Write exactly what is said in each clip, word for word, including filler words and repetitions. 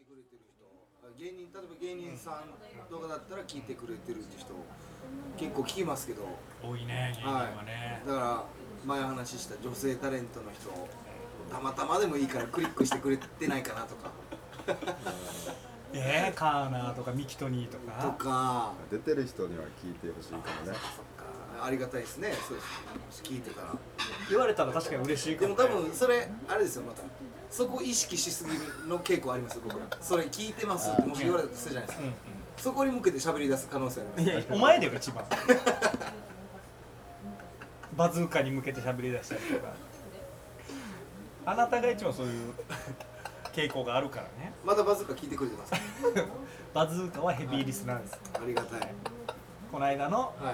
くれてる人、芸人、例えば芸人さんとかだったら聞いてくれてるって人結構聞きますけど、 多いね、芸人はね、 はい、だから前話した女性タレントの人たまたまでもいいからクリックしてくれてないかなとかえー、カーナーとかミキトニーとかとか出てる人には聞いてほしいかもね。 ありがたいですね。そうです聞いてたら言われたら確かに嬉しいかも、ね、 でも多分それあれですよ、またそこ意識しすぎの傾向ありますよ僕ら。それ聞いてますってもし言われたとするじゃないですか、うんうん、そこに向けて喋り出す可能性あります。 いやお前でよ一番バズーカに向けて喋り出したりとかあなたが一番そういう傾向があるからね。 まだバズーカ聞いてくれてますバズーカはヘビーリスナーです。 ありがたい。 この間の、はい、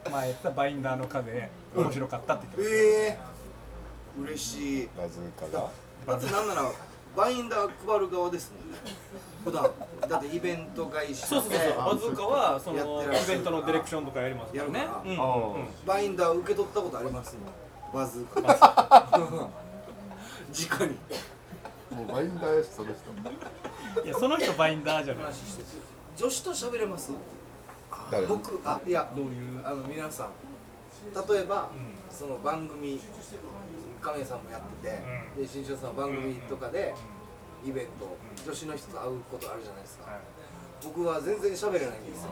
前言ったバインダーの風面白かったって言ってました、うん、 えー、嬉しい。 バズーカがだってなんならバインダー配る側ですもんね普段。だってイベント会社でそうそうそう、バズーカはそのイベントのディレクションとかやりますからね。 うんうん、バインダー受け取ったことありますもん、バズーカ直に。 もうバインダーやし、その人。 いや、その人バインダーじゃない。 女子と喋れます？ 誰？ 僕、あ、いや、 どういうあの皆さん例えば、うん、その番組亀井さんもやってて、うん、で新庄さんの番組とかで、うん、イベント、うん、女子の人と会うことあるじゃないですか、うん、僕は全然喋れないんですよ、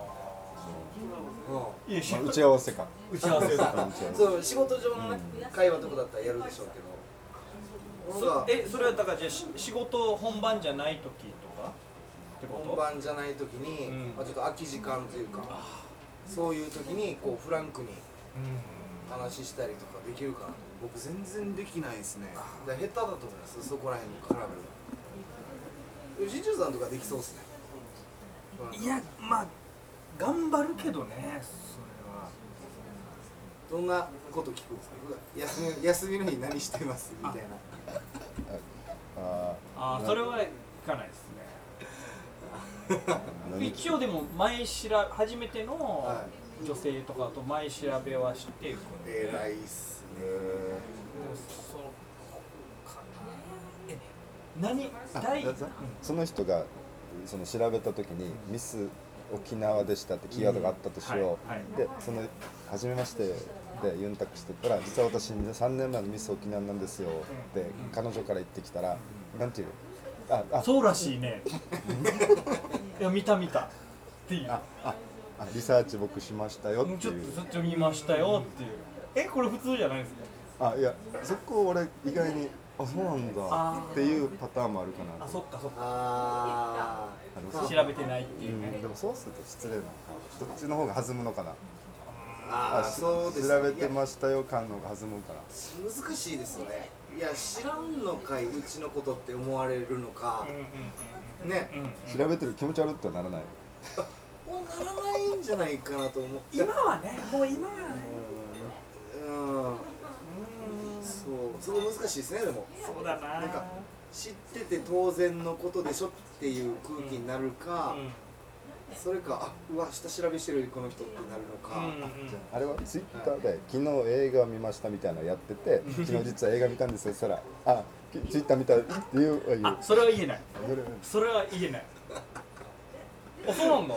うんいやまあ、打ち合わせか打ち合わせそう仕事上の、ね、会話とかだったらやるでしょうけど、 そえそれはだからじゃあ仕事本番じゃない時とかってこと？ 本番じゃない時に、うんまあ、ちょっと空き時間というかそういう時にこうフランクに話したりとかできるかなと。僕全然できないですね。だ下手だと思います、そこら辺に比べると。新庄さんとかできそうですね。 いやまあ頑張るけどね。それはどんなこと聞くんですか？休み、休みの日何してますみたいな。 ああそれはいかないですね一応でも前しら初めての女性とかと前調べはしていくので、 偉いっすね。 そうかな。え何大、うん、 その人がその調べた時にミス沖縄でしたってキーワードがあったとしよう、うんはいはい、でその初めましてでユンタクしてたら実は私さんねんまえのミス沖縄なんですよって、うん、彼女から言ってきたら、うん、なんていうああそうらしいねいや見た見たっていうあああリサーチ僕しましたよっていうちょっとそっち見ましたよっていうえこれ普通じゃないですか？ あいやそこ俺意外にあそうなんだっていうパターンもあるかな。 あそっかそっかあ調べてないっていうね、 うん、でもそうすると失礼なのかどっちの方が弾むのかな。 ああそうです、 調べてましたよ感の方が弾むから難しいですよね。いや知らんのかいうちのことって思われるのか、うんうん、ね、 うん、調べてる気持ち悪いってならないもうならないんじゃないかなと思って。 今はねもう今はねうん、うん、そうそこ難しいですね。でもそうだな、 なんか知ってて当然のことでしょっていう空気になるか、うんうん、それかあうわ下調べしてるこの人ってなるのか、うんうん、 あれはツイッターで、はい、昨日映画見ましたみたいなのやってて昨日実は映画見たんですよそしたらあツイッター見たっていうあそれは言えないそれは言えないあそうなんだ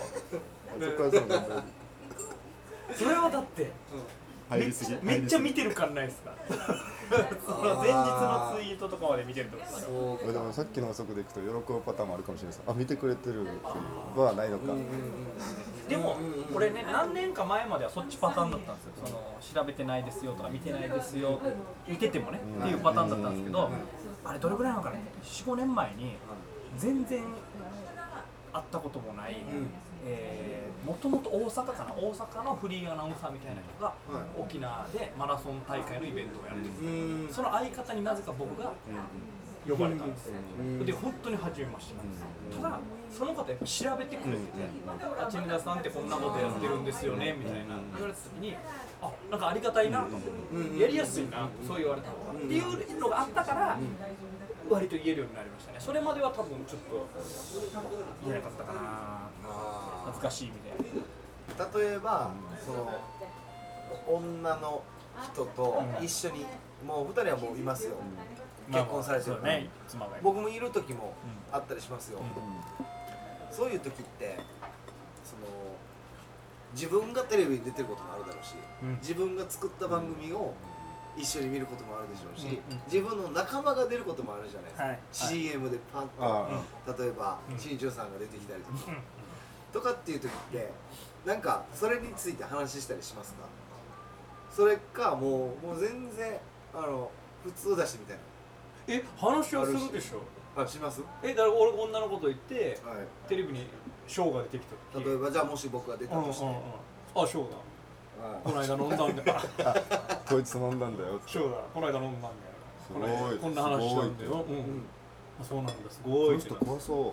それはだって、うん入りすぎめっちゃ見てる感ないですかその前日のツイートとかまで見てるってことですか？ でもさっきの補足でいくと喜ぶパターンもあるかもしれないです。あ見てくれてるっていうはないのか。 でもこれね何年か前まではそっちパターンだったんですよ。その調べてないですよとか見てないですよ見ててもねっていうパターンだったんですけど、あれどれぐらいなのかね よん,ご 年前に全然会ったこともない、えー、もともと大阪かな大阪のフリーアナウンサーみたいな人が沖縄でマラソン大会のイベントをやるんです。その相方になぜか僕が呼ばれたんですよ。で本当に初めましてなんです。ただその方やっぱ調べてくれてて、あちみださんってこんなことやってるんですよねみたいな言われた時に、あなんかありがたいなと思って、やりやすいなそう言われたのがっていうのがあったから割と言えるようになりましたね。それまでは多分ちょっと言えなかったかな。恥ずかしいみたいな。例えばその女の人と一緒に、もうふたりはもういますよ。 結婚されてる、 まあまあね、妻が僕もいる時もあったりしますよ、 うん、 そういう時ってその自分がテレビに出てることもあるだろうし、うん、自分が作った番組を一緒に見ることもあるでしょうし、うん、自分の仲間が出ることもあるじゃないですか、はい、シーエム でパンと、例えば新庄さんが出てきたりとか、うん、とかっていう時ってなんかそれについて話したりしますか？それかもうもう全然あの普通だしみたいな。 え、話はするでしょ。 あ、します。 え、だから俺女の子と言って、はい、テレビにショーが出てきた。 例えばじゃあもし僕が出たとして、うんうんうん、 あ、ショーだ。この間飲んだんだよ。 こいつ飲んだんだよ。 ショーだ。この間飲んだんだよ。 すごい。 こんな話したんだよ。うん。あ、そうなんだ。すごい。 この人怖そう。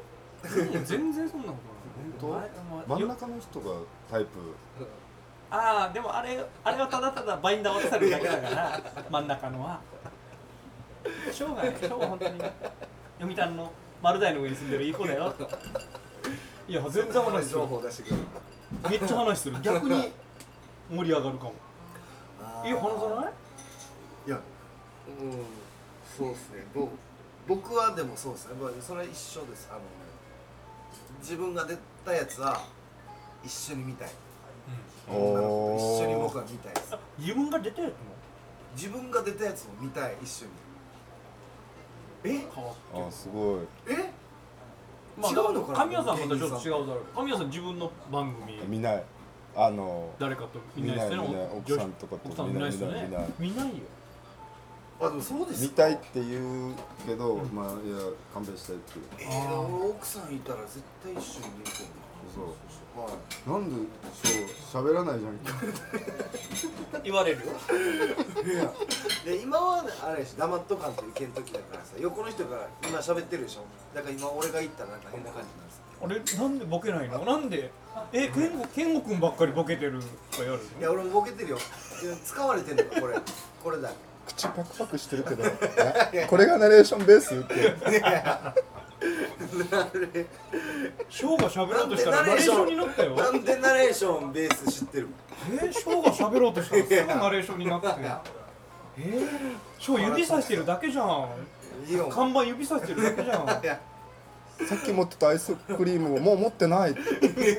全然そんなことない。 本当？真ん中の人がタイプ。 ああ、でもあれあれはただただバインダー渡されるだけだから真ん中のは。ショーがね、ショーは本当に読谷の丸太の上に住んでるいい子だよ。いや全然話する。めっちゃ話する。逆に盛り上がるかも。いい話じゃない？ いや、うん、そうですね。僕僕はでもそうですね。それは一緒です。あの自分が出たやつは一緒に見たい。うん、女の子と一緒に僕は見たいです。 自分が出たやつも？ 自分が出たやつも見たい、一緒に。え？ あ、すごい。 え？ まあ、違うのかな。神谷さんまたちょっと違うだろう。神谷さん自分の番組見ない。あの誰かと見ないですね。 奥さんとかと見ないですよね。 見ないよ。 あ、でもそうです見たいって言うけど、うん、まあいや勘弁したいっていう。 えー、俺奥さんいたら絶対一緒に見ると思う。 そう、はい、なんでそう喋らないじゃん言われるよ。 いやで今はあれやし黙っとかんといけん時だからさ、横の人が今喋ってるでしょ。だから今俺が言ったらなんか変な感じなんです。 あれなんでボケないの？なんでえ健吾健吾君ばっかりボケてるとかやるの？ いや俺もボケてるよ。使われてんのかこれこれだ。 口パクパクしてるけどこれがナレーションベースって。 ショーが喋ろうとしたらナレーションになったよ。 なんでナレーションベース知ってる？ えー、ショーが喋ろうとしたらすぐナレーションになって。えー、ショー指さしてるだけじゃん。看板指さしてるだけじゃん。 さっき持ってたアイスクリームをもう持ってないって。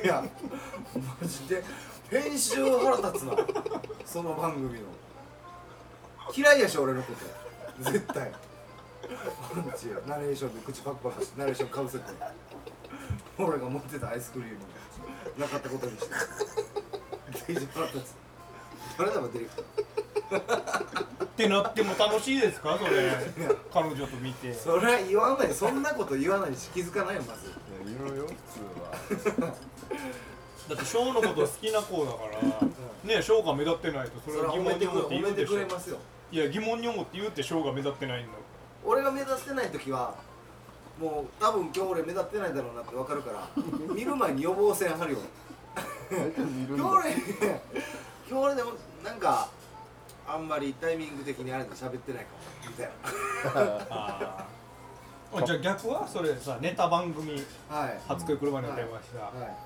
いやマジで編集腹立つな。その番組の嫌いやし俺のこと絶対。ナレーションで口パクパクしてナレーションかぶせて俺が持ってたアイスクリームなかったことにしてゲージ腹立つ。誰だもディレクターってなっても楽しいですかそれ？彼女と見てそれは言わない。そんなこと言わないし気づかないよまず。 言うよ普通は。 だってショーのこと好きな子だからね、ショーが目立ってないとそれは疑問に思って言うでしょ。 褒めてくれますよ。 いや疑問に思って言うってショーが目立ってないんだ。 俺が目立ってない時はもう多分今日俺目立ってないだろうなって分かるから見る前に予防線張るよ。今日俺今日俺でもなんかあんまりタイミング的にあれで喋ってないかもみたいな。ああじゃあ逆はそれさネタ番組、 はい、 初恋車に電話した、はいはい、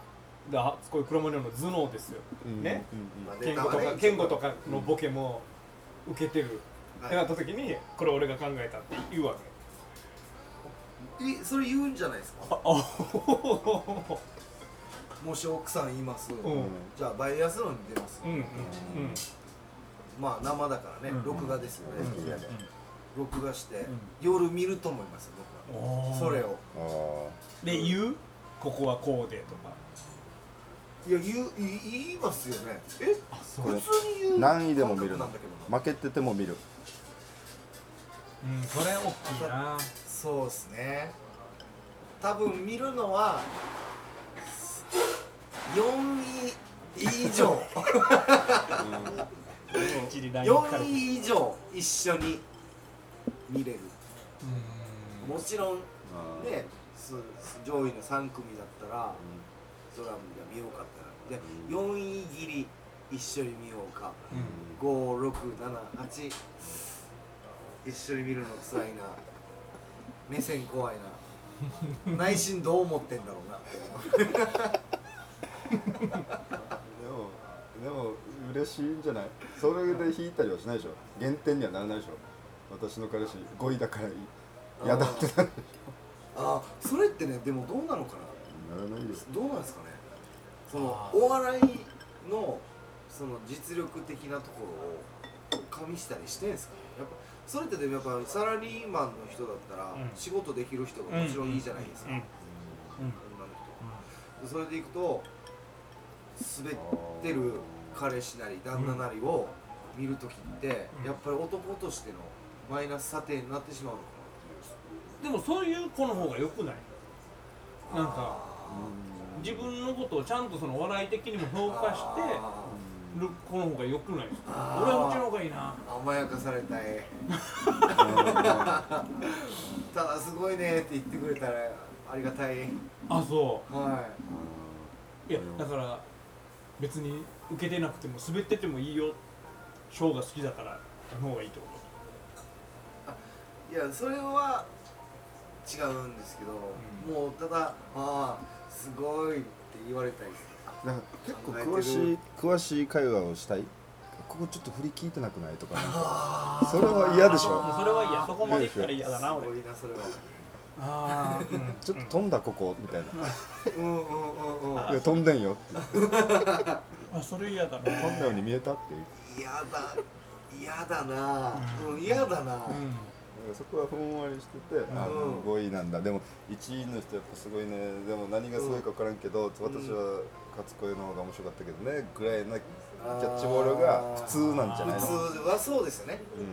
で初恋車にの頭脳ですよ、うん、ね、うん、健吾とか健吾とかのボケも受けてる、うん、ってなった時にこれ俺が考えたって言うわけ。えそれ言うんじゃないですか。もし奥さん言います、うん、じゃあバイアスロンに出ます、うんうんうん、まあ生だからね、うん、録画ですよね、うんうん、録画して、うん、夜見ると思いますよ僕はそれを。 で言うここはこうでとかいや言う言いますよね。えあそう普通に言う何位でも見るの負けてても見る。 うんそれ大きいな。 そうですね。多分見るのはよんい以上よんい以上一緒に見れる。もちろんね上位のさん組だったらドラムが見ようかったらでよんい切り一緒に見ようか、うん、ご、ろく、なな、はち一緒に見るのつらいな。目線怖いな。内心どう思ってんだろうな。 でもでも嬉しいんじゃない？それで弾いたりはしないでしょ。減点にはならないでしょ。 私の彼氏ごいだから嫌だってなる。 ああ、それってね、でもどうなのかな。 ならないよ。 どうなんですかね。そのお笑いのその実力的なところを加味したりしてんですかね。やっぱそれってでもやっぱサラリーマンの人だったら仕事できる人がもちろんいいじゃないですか。女の人。それでいくと滑ってる彼氏なり旦那なりを見るときってやっぱり男としてのマイナス査定になってしまうのかでもそういう子の方が良くない？なんか自分のことをちゃんとその笑い的にも評価してる子の方が良くないですか？俺はこっちの方がいいな。 甘やかされたいただすごいねって言ってくれたらありがたい。 あ、そう。はい。いやだから別に受けてなくても滑っててもいいよ。ショーが好きだからの方がいいってこと？ い。いやそれは違うんですけど、うん、もうただああすごいって言われたいです。 なんか結構詳しい詳しい会話をしたい。ここちょっと振り聞いてなくないとか、なんかそれは嫌でしょ。 それは嫌。そこまでいったら嫌だな俺。 すごいなそれは。 ああ、うん、 ちょっと飛んだここみたいな。 うんうんうんうん。 いや飛んでんよって。 あ、それ嫌だな。 飛んだように見えたっていう。 嫌だ嫌だな。うん、嫌だな。うんそこはふんわりしてて、あ、ごいなんだ。でもいちいの人やっぱすごいね。でも何がすごいか分からんけど、私は勝子の方が面白かったけどねぐらいなキャッチボールが普通なんじゃないの？ 普通はそうですね。うん、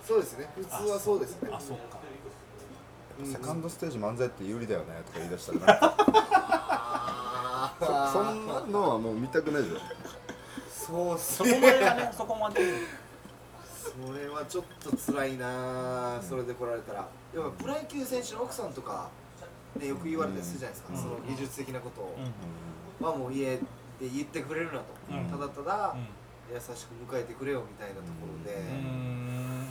そうですね。普通はそうですね。 あ、そうか。 セカンドステージ漫才って有利だよねとか言い出したらなんかそ, そんなのはもう見たくないじゃん。 そうっすそこまでがね、そこまで。 それはちょっと辛いな、うん、それで来られたら。やっぱプロ野球選手の奥さんとかでよく言われたりするじゃないですか、うん、その技術的なことを、うん、まあもう家で言ってくれるなと、うん、ただただ優しく迎えてくれよみたいなところで、うん、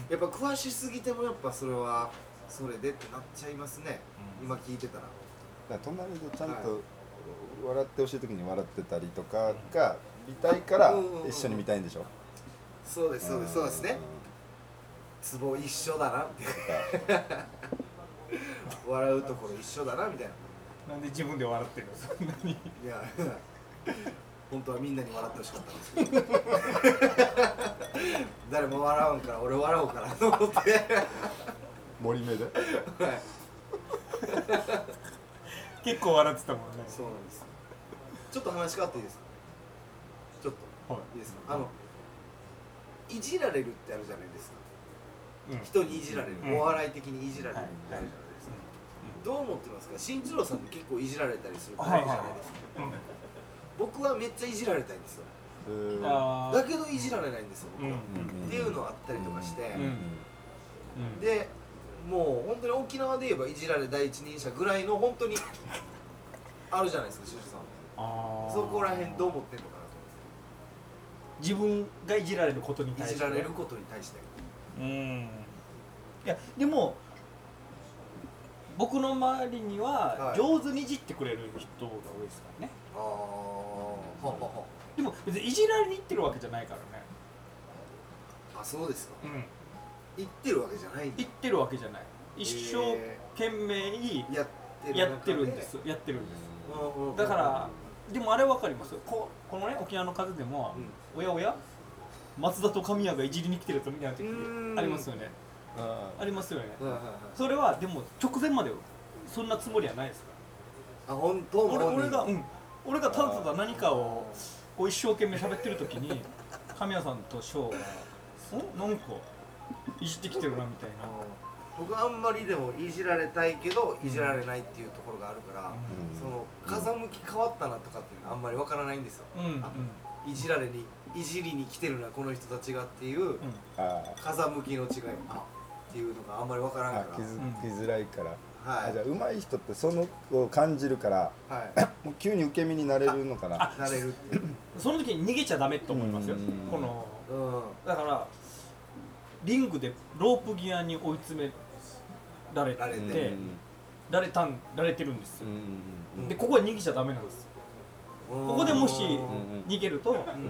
やっぱ詳しすぎてもやっぱそれはそれでってなっちゃいますね、うん、今聞いてたら。 だから隣でちゃんと笑ってほしい時に笑ってたりとかが見たいから一緒に見たいんでしょ。 そうですそうですそうですね。ツボ一緒だなって笑うところ一緒だなみたいな。 なんで自分で笑ってるのそんなに。いや本当はみんなに笑ってほしかったんですけど誰も笑わんから俺笑おうかなと思って盛り目で、はい、 結構笑ってたもんね。 そうなんです。ちょっと話変わっていいですか？ちょっと、はい、いいですか？あのいじられるってあるじゃないですか、うん、人にいじられる、うん、お笑い的にいじられるってあるじゃないですか、うん、どう思ってますか？進次郎さんって結構いじられたりするタイプじゃないですか、はいはい、僕はめっちゃいじられたいんですよ、だけどいじられないんですよ僕は、うん、っていうのがあったりとかして、うん、でもう本当に沖縄で言えばいじられ第一人者ぐらいの本当にあるじゃないですか進次郎さん。あそこら辺どう思ってんのかなと。 自分がいじられることに対して、 いじられることに対して、 うん、いやでも僕の周りには上手にいじってくれる人が多いですからね、はい、ああ、ははは。でも別にいじられに行ってるわけじゃないからね。 あ、そうですか、うん、行ってるわけじゃないんだ。 行ってるわけじゃない。一生懸命にやってるんですやってるんです。だからでもあれ分かりますよ。 こ, このね沖縄の風でも、うん、おやおや松田と神谷がいじりに来てるとみたいな時ありますよね。あ, ありますよね、うんうんうん、それはでも直前までそんなつもりはないですから。 あ、本当？ 俺, 俺が、うん、俺がただただ何かをこう一生懸命喋ってる時に神谷さんと翔が「んなんかいじってきてるな」みたいな。 僕あんまりでもいじられたいけどいじられないっていうところがあるから、うん、その風向き変わったなとかっていうのはあんまりわからないんですよ、うんうん、いじられにいじりに来てるなこの人たちがっていう、うん、風向きの違いっていうのがあんまりわからんから。 気づきづらいから、はい、じゃあ上手い人ってそのを感じるから、はい、もう急に受け身になれるのかな。 なれるっていうその時に逃げちゃダメと思いますよ、この、うん、だからリングでロープ際に追い詰められて、られたん、られてるんですよ、うん、でここは逃げちゃダメなんです。ここでもし逃げると、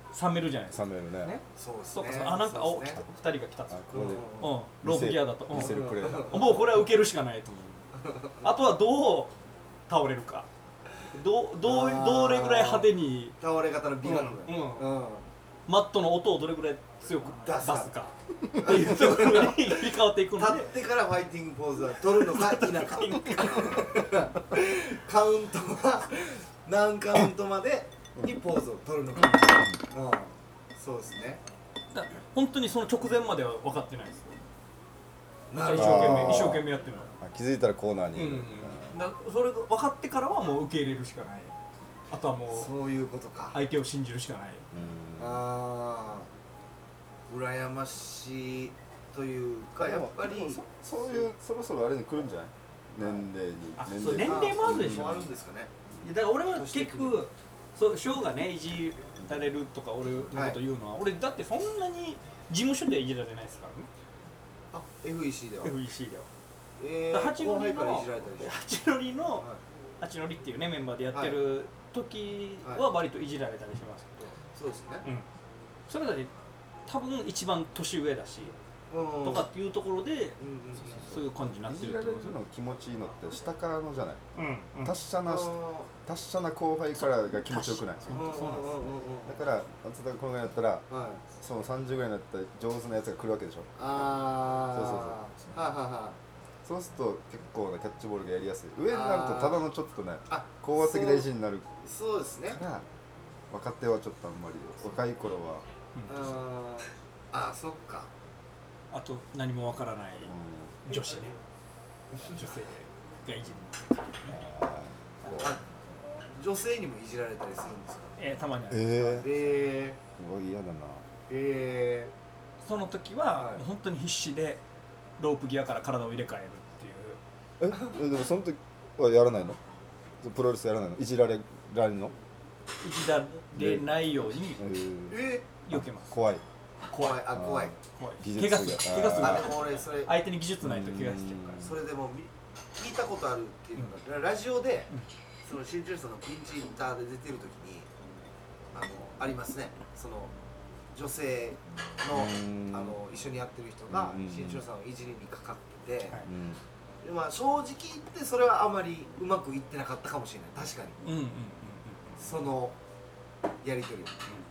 冷めるじゃないですか。 冷めるね。 ね、 そうですね。 そうかそう、あなんかおそうですねふたりが来たっつって、 あここでうんロープギアだと、 見せるプレーだ。 うんもうこれは受けるしかないと。あとはどう倒れるか、どうどうあーどれぐらい派手に倒れ方の美学。 うんうん。 マットの音をどれぐらい強く出出すかすかっていうところに切り替わっていくので。 立ってからファイティングポーズは取るのか否かカウントは何カウントまでにポーズを取るのか、うん、そうですね。 だから本当にその直前までは分かってないですよ。 なる一生懸ほど。 命一生懸命やってるの。 あ気づいたらコーナーにいる。 うんだそれが分かってからはもう受け入れるしかない。あとはもうそういうことか。 相手を信じるしかない。 うんああ、羨ましいというか、やっぱりそそういうそろそろあれに来るんじゃない？年齢にあ年そう年齢もあるでしょそうあるんですかね。 だから俺は結局そう翔がねいじられるとか俺のこと言うのは、俺だってそんなに事務所ではいじられないですからね。 あ、エフイーシー では。 エフイーシー では。 えだから八後のりの輩からいじられたりして。 八のりのはい八のりっていうねメンバーでやってる時は割といじられたりしますけど、 そうですね。 うん、それだって多分一番年上だし、 うんとかっていうところでうんうんそういう感じになっいじられるてるってことですよの気持ちいいのって下からのじゃない。 うんうん達者なあ達者な後輩からが気持ちよくない。 ーうんうんうんうんだから松田このぐらいだったらうんはい。 そのさんじゅうぐらいになったら上手なやつが来るわけでしょ。 ああ。 そうそうそう。はいはいはい。 そうすると結構なキャッチボールがやりやすい。上になるとただのちょっとねあ、 高圧的な意地になるそうですね。 から若手はちょっとあんまり若い頃は、 あーあ、そっか。 あと何もわからないうん女子ね女性がいじる、 あーこあ、女性にもいじられたりするんですか。 えーたまにあうる、 ええー、うわ嫌だな。 ー、えその時ははい本当に必死でロープギアから体を入れ替えるっていうええでもその時はやらないの？プロレスやらないの？いじられられるの？ いじられないようにえーー、え避けます。 怖い。 ー、怖い、あ、怖い。 怖い技術怪我する怪我するがあ、でも俺それ、 相手に技術ないと怪我しちゃうから。 それでも見聞いたことあるっていうのが、ラジオで、その新中さんのピンチヒッターで出てる時にあのありますね。その女性のうんあの一緒にやってる人がうん新中さんをいじりにかかってて、 はいうんでまあ正直言ってそれはあまりうまくいってなかったかもしれない。確かにうんうんうんそのやり取り。うん、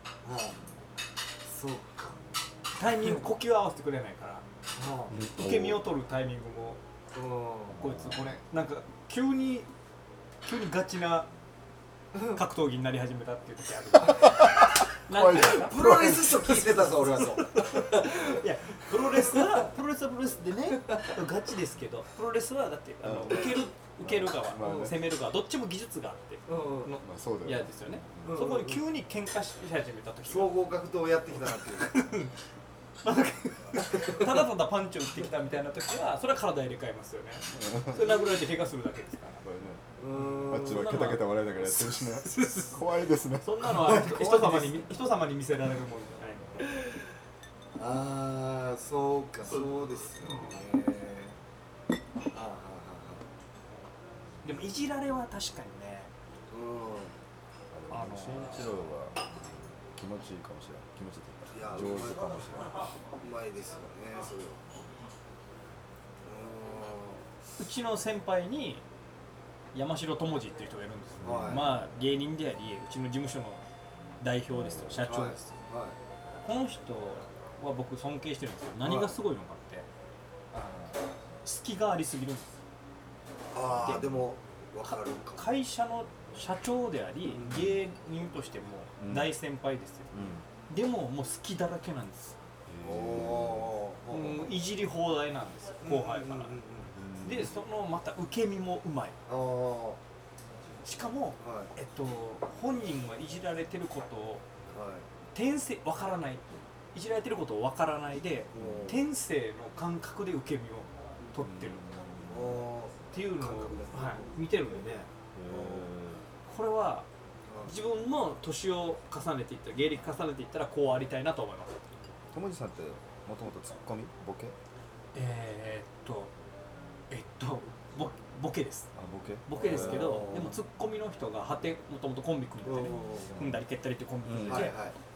そうか。 タイミング呼吸合わせてくれないからう受け身を取るタイミングもん、うんこいつこれなんか急に急にガチな格闘技になり始めたっていう時あるなんていうかプロレス書聞いてたぞ俺はそう。 いやプロレスはプロレスはプロレスでねガチですけどプロレスはだってあの受ける受ける側、 まあね攻める側どっちも技術があってうんうんのまあそうだよね。 嫌ですよね、 うんそこに急に喧嘩し始めた時総合格闘をやってきたなっていう。 ただただパンチを打ってきたみたいな時はそれは体入れ替えますよねそれ殴られて怪我するだけですからこれねうーんあっちはケタケタ笑いながらやってるしね。怖いですね。 そんなのは人人様に人様に見せられるもんじゃないのでああ、そうか、そうですよね。ああ、はでもいじられは確かにねあ、はあの新一郎は気持ちいいかもしれない。気持ちいいいや上手かもしれない。 うん、うまいですよね、それは。 うちの先輩に山城智次っていう人がいるんですよ、 はいまあ芸人でありうちの事務所の代表ですよ社長ですよ、 うーんはい。 この人は僕尊敬してるんですよ何がすごいのかって、あの隙がありすぎるんですよああ、でも、わかるかも。 会社の社長であり、 うん芸人としても大先輩ですよ、 うでももう好きだらけなんです、 おおー。 うん、いじり放題なんですよ後輩から、 うんうんうんうんでそのまた受け身もうまいああ、はしかも、 い。 えっと、本人はいじられてることをはい。 転生わからないいじられてることをわからないでおー天性の感覚で受け身を取ってるおーっていうのを、 感覚ではい、見てるんでこれは自分も年を重ねていったら芸歴重ねていったらこうありたいなと思います友治さんってもともとツッコミボケ？ えー、っとえっとボボケですあボケ？ ボケですけどおーでもツッコミの人が果てもともとコンビ組んでてね組んだり蹴ったりってコンビ組んでて、 はいはい。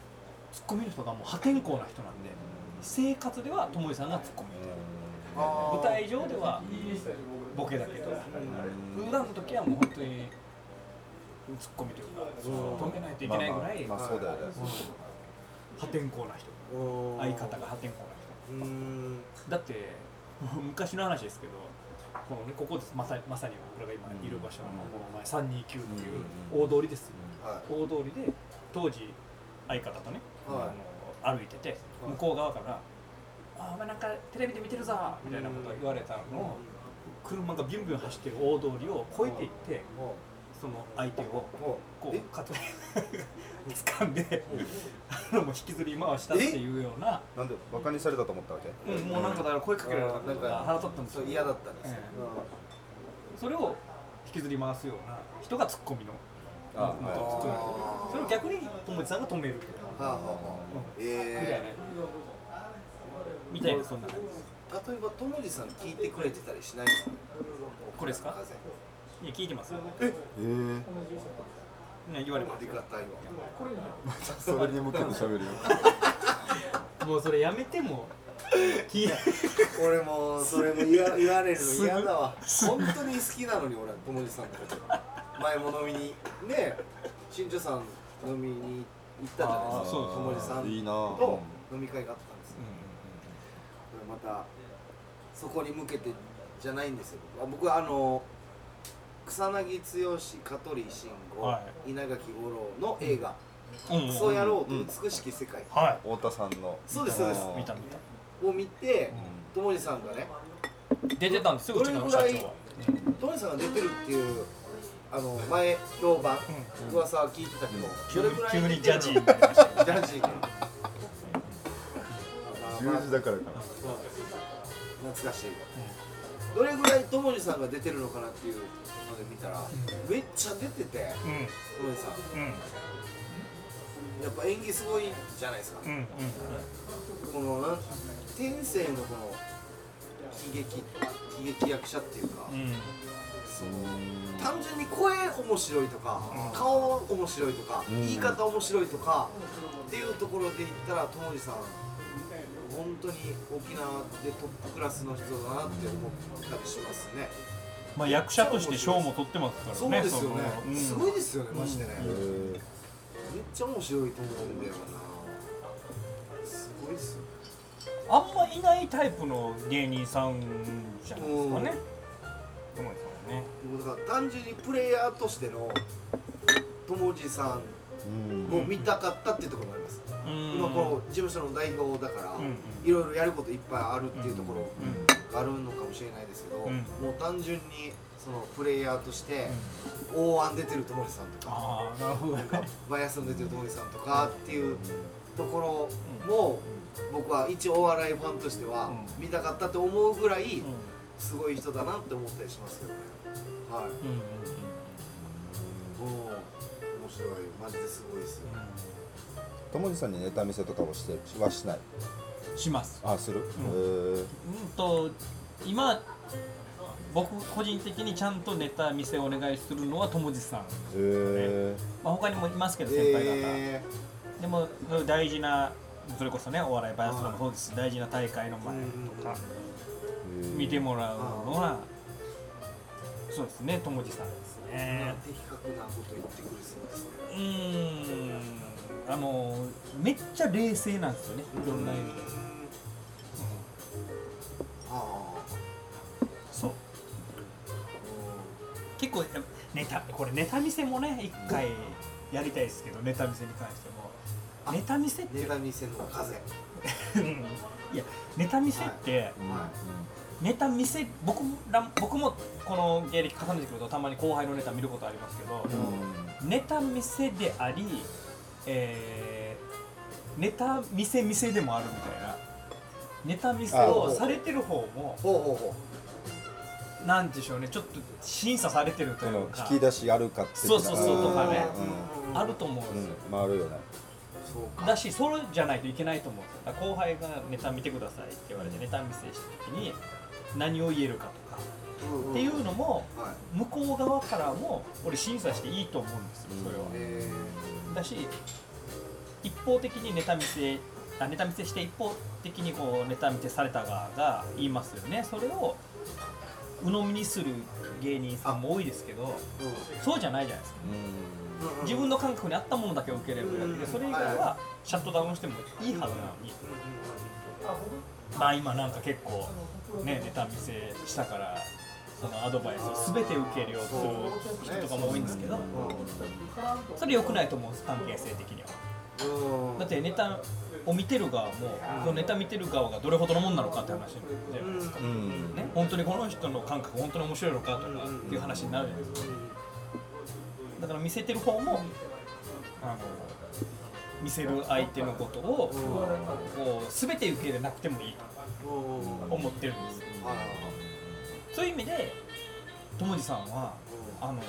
ツッコミの人がもう破天荒な人なんで、生活では友治さんがツッコミ、舞台上ではボケだけど、普段の時はもう本当にツッコミというか、止めないといけないぐらい、 まあまあそうだよね、 破天荒な人、相方が破天荒な人。だって昔の話ですけど、このね、ここです、まさにまさに僕らが今いる場所のこの前さんにきゅうっていう大通りですよ、大通りで当時相方とね、あの歩いてて、向こう側から「あ、お前なんかテレビで見てるぞ」みたいなことを言われたのを、車がビュンビュン走ってる大通りを越えていって、その相手をこう肩で掴んで、あのもう引きずり回したっていうような。 なんでバカにされたと思ったわけ？ うん、もうなんかだから声かけられたから腹立ったんですよ。 嫌だったんですよ。 それを引きずり回すような人がツッコミの。それを逆に友治さんが止める。ええ。みたいな、そんな感じです。 例えば友治さん聞いてくれてたりしないですか？ これですか？いや、聞いてますよ。 ええ。 ね、言われます。 ありがたいわ。 それに向けて喋るよ。 もうそれやめても。 俺もそれも言わ言われるの嫌だわ。本当に好きなのに俺友治さんのこと。前も飲みにね、新庄さん飲みに行ったじゃないですか。友治さんと飲み会があったんですよ。またそこに向けてじゃないんですよ。僕はあの草薙剛、香取慎吾、はい、稲垣吾郎の映画「クソ野郎と美しき世界」、 はい、太田さんのそうですそうです見た見たを見て、友治さんがね出てたんですよ、うちの社長は。 友治さんが出てるっていうあの前評判、うん、噂は聞いてたけど、 どれぐらい急にジャジーになりました。 ジャジーじゅうじだからかな。 懐かしい。どれぐらい友治さんが出てるのかなっていうので見たら、めっちゃ出てて、友治さん、やっぱ演技すごいじゃないですか。このなん天性のこの喜劇喜劇役者っていうか、単純に声面白いとか、顔面白いとか、言い方面白いとかっていうところで言ったら友治さん本当に沖縄でトップクラスの人だなって思ったりしますね。 まあ役者として賞も取ってますからね。 そうですよね。うん、すごいですよね、マジでね。めっちゃ面白いと思うんだよな。すごいですよ。 あんまいないタイプの芸人さんじゃないですかね。友治さんはね。 だから単純にプレイヤーとしての友治さんを見たかったっていうところもあります。今この事務所の代表だからいろいろやることいっぱいあるっていうところがあるのかもしれないですけど、もう単純にそのプレイヤーとして大安出てる友治さんとか、バイアスの出てる友治さんとかっていうところも僕は一お笑いファンとしては見たかったと思うぐらいすごい人だなって思ったりしますけどね。はい。面白い、マジですごいですよ。 友治さんにネタ見せとかをしてはしない？ します。 あ、する？ うん、うんと今僕個人的にちゃんとネタ見せをお願いするのは友治さん、ね。えー、まあ他にもいますけど先輩方。えー、でも大事なそれこそねお笑いバイアスのもそうですし、大事な大会の前とか見てもらうのはそうですね、友治さんですね。 的確なこと言ってくれそうですね。 うーん。あのめっちゃ冷静なんですよね、いろんな意味で。そう結構ネタこれネタ見せもね一回やりたいですけど、ネタ見せに関してもネタ見せってネタ見せの風いやネタ見せって、はいはい、ネタ見せ僕ら僕もこの芸歴重ねてくるとたまに後輩のネタ見ることありますけど、うん、ネタ見せでありえー、ネタ見せ見せでもあるみたいな、ネタ見せをされてる方もほうほうほうなんでしょうね、ちょっと審査されてるというか、 引き出しあるかってそうそうそうとかね、うん、あると思うんですよ、 うん、まああるよね。 そうだし、それじゃないといけないと思うんですよ。だから後輩がネタ見てくださいって言われてネタ見せした時に何を言えるかとか、うんうん、っていうのも、はい、向こう側からも俺審査していいと思うんですよ、それは。だし一方的にネタ見せあネタ見せして一方的にこうネタ見せされた側が言いますよね。それを鵜呑みにする芸人さんも多いですけど、そうじゃないじゃないですか。自分の感覚に合ったものだけを受けれるやつで、それ以外はシャットダウンしてもいいはずなのに、まあ今なんか結構ねネタ見せしたからそのアドバイスを全て受けるようとする人とかも多いんですけど、それ良くないと思うんです、関係性的には。だってネタを見てる側も、そのネタ見てる側がどれほどのもんなのかって話じゃないですか、ね、本当にこの人の感覚本当に面白いのかとかっていう話になるじゃないですか。だから見せてる方もあの見せる相手のことをこう全て受け入れなくてもいいと思ってるんですよ。そういう意味で友治さんはあの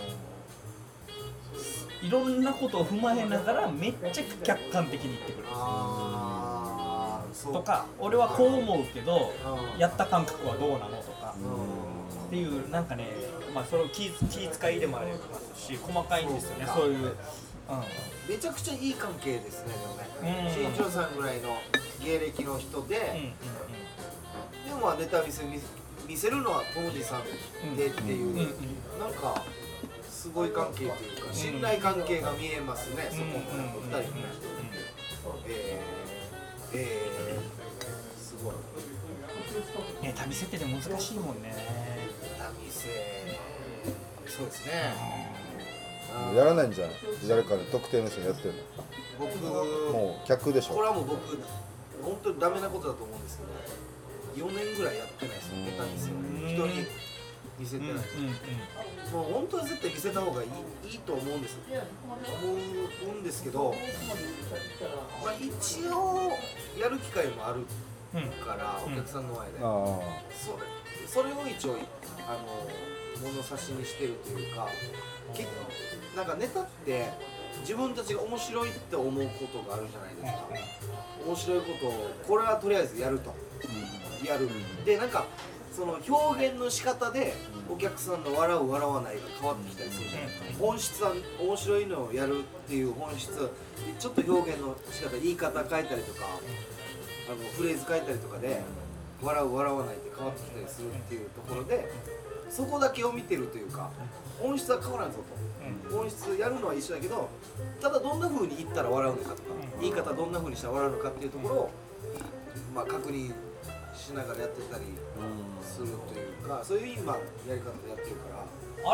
いろんなことを踏まえながらめっちゃ客観的に言ってくるんですよ。とか俺はこう思うけどやった感覚はどうなのとかっていうなんかね、まあそれを気気遣いでもありますし細かいんですよね。そういう、うん、 めちゃくちゃいい関係ですね。でもね、新庄さんぐらいの芸歴の人で、でもまあネタ見せ見せるのは友治さんでっていう、なんかすごい関係というか信頼関係が見えますね。そこのふたりのえー、えー、すごい。 ネタ見せってでも難しいもんね。 ネタ見せ、そうですね。 やらないんじゃない？誰かの特定の人がやってるの？ 僕もう客でしょ。これはもう僕本当にダメなことだと思うんですけど、よねんぐらいやってないですよ。ネタ見せを人に見せてない。もう本当は絶対見せた方がいい、いいと思うんですよ。思うんですけど、まあ、一応やる機会もあるから、うん、お客さんの前で、うん、それそれを一応あの物差しにしてるというか、結構なんかネタって自分たちが面白いって思うことがあるじゃないですか。面白いことをこれはとりあえずやると、うん、やるでなんかその表現の仕方でお客さんの笑う笑わないが変わってきたりするじゃないですか。本質は面白いのをやるっていう本質、ちょっと表現の仕方、言い方変えたりとか、あのフレーズ変えたりとかで笑う笑わないって変わってきたりするっていうところで、そこだけを見てるというか、本質は変わらんぞと、本質やるのは一緒だけど、ただどんな風に言ったら笑うのかとか、言い方どんな風にしたら笑うのかっていうところを、まあ、確認しながらやってたりするというか、そういう今やり方でやってるから。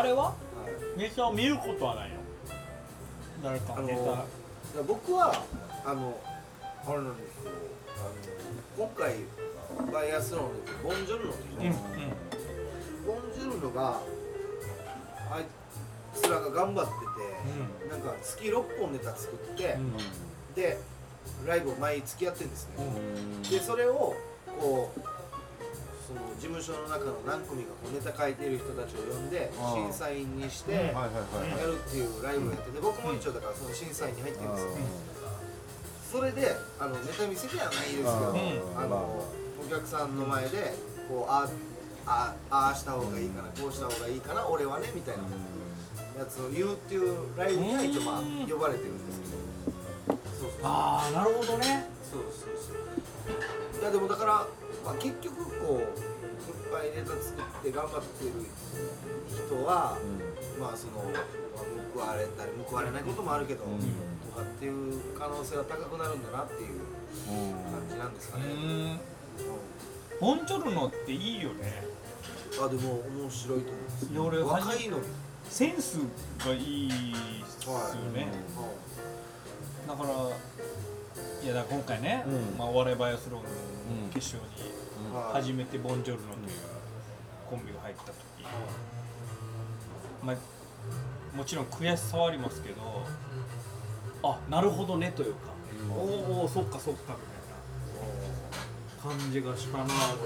あれは、はい、ネタを見ることはないの？誰かのネタ。 僕はあのあれなんですよ。あの今回バイアスロンでボンジョルノって言うんですよ。ボンジョルノがあいつらが頑張ってて、うん、なんか月ろっぽんネタ作って、うん、でライブを毎月やってるんですね。うん、でそれをこうその事務所の中の何組かこうネタ書いている人たちを呼んで審査員にしてやるっていうライブをやってて、僕も一応だからその審査員に入ってるんですよ。それであのネタ見せではないですけど、あのお客さんの前でこうあああした方がいいかな、こうした方がいいかな、俺はねみたいなやつを言うっていうライブには一応まあ呼ばれてるんですけど、そうそう、 ああなるほどね。 そうそうそう。いやでもだから、まあ、結局こういっぱいネタ作って頑張ってる人は、うん、まあその、まあ、報われたり報われないこともあるけど、うん、とかっていう可能性は高くなるんだなっていう感じなんですかね。 ボンジョルノっていいよね。 あでも面白いと思うんですよ。 俺若いのにセンスがいいですよね。はい、だからいやだから今回ね、うん、まあ、お笑いバイアスロンの決勝に初めてボンジョルノというコンビが入った時、まあ、もちろん悔しさはありますけど、あなるほどねというか、うん、おおそっかそっかみたいな感じがしたな。これはなんか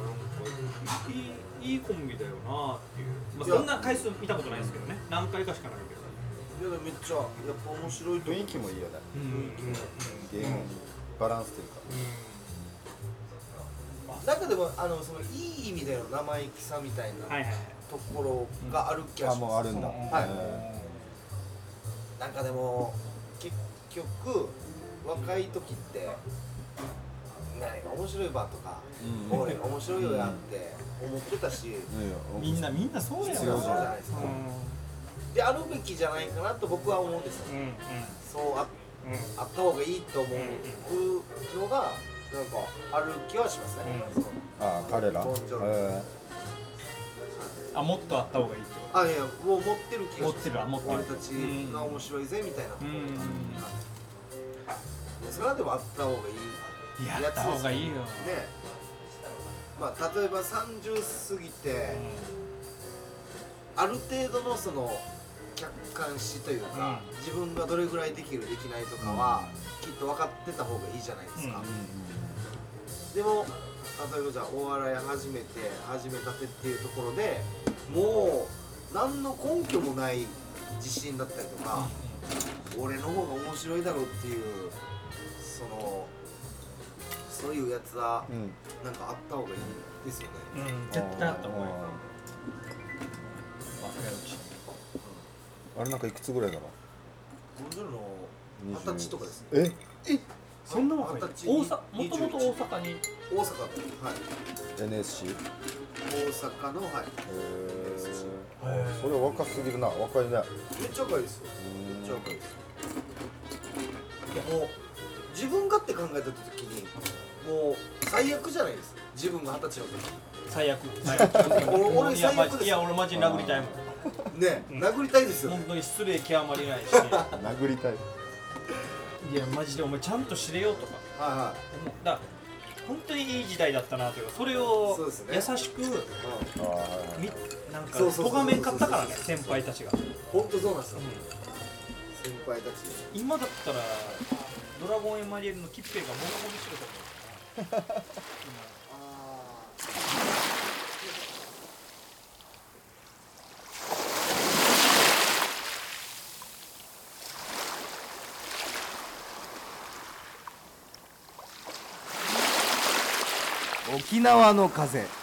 いい、いいコンビだよなっていう、まあ、そんな回数見たことないですけどね、何回かしかないけど。 いやめっちゃやっぱ面白いと雰囲気もいいよね。雰囲気もゲームバランスというか、 うん、なんかでもあのそのいい意味での生意気さみたいなところがある気がします。 あもうあるんだ。 はい。なんかでも結局若い時って何が面白いばとか、うん、俺面白いよやって思ってたし、 うん、みんなみんなそうだよそうじゃないですか、うん、であるべきじゃないかなと僕は思うんですよ、うんうん、そう あ,、うん、あった方がいいと思うのがなんかある気はしますね、 うん、ああ彼ら、えー、あもっとあった方がいいってあいやもう持ってる気がします。 持ってる持ってる俺たちが面白いぜみたいなところとか、うん、それはでもあった方がいいやつやった方がいいよね。 まあ例えばさんじゅう過ぎて、うん、ある程度のその客観視というか、うん、自分がどれぐらいできるできないとかは、うん、きっと分かってた方がいいじゃないですか、うん、でも例えばじゃあお笑い始めて始めたてっていうところでもう何の根拠もない自信だったりとか、うん、俺の方が面白いだろうっていうそのそういうやつは、うん、なんかあった方がいいですよね、 うん、絶対あった方がいい。 あれなんかいくつぐらいだろう？もう二十歳とかですね。 え？ え？そんな若い？大阪、もともと大阪に。 大阪で、はい。 エヌエスシー？ 大阪の、はい。 へー。それ若すぎるな、若いね。 めっちゃ若いですよ。めっちゃ若いです。いやもう自分がって考えた時にもう最悪じゃないです。自分が二十歳の時。 最悪。最悪。 俺最悪です。 いや俺マジ殴りたいもん。 ね、うん、殴りたいですよ、ね、 本当に失礼極まりないし殴りたいいやマジでお前ちゃんと知れよとか、 はいはい、 だ本当にいい時代だったなというかそれを優しく、ね、うん、みなんか咎めんかったからね先輩たちが本当そうなんですよ、うん、先輩たち今だったらドラゴンエマリエルのキッペイがモノモニしてると思う沖縄の風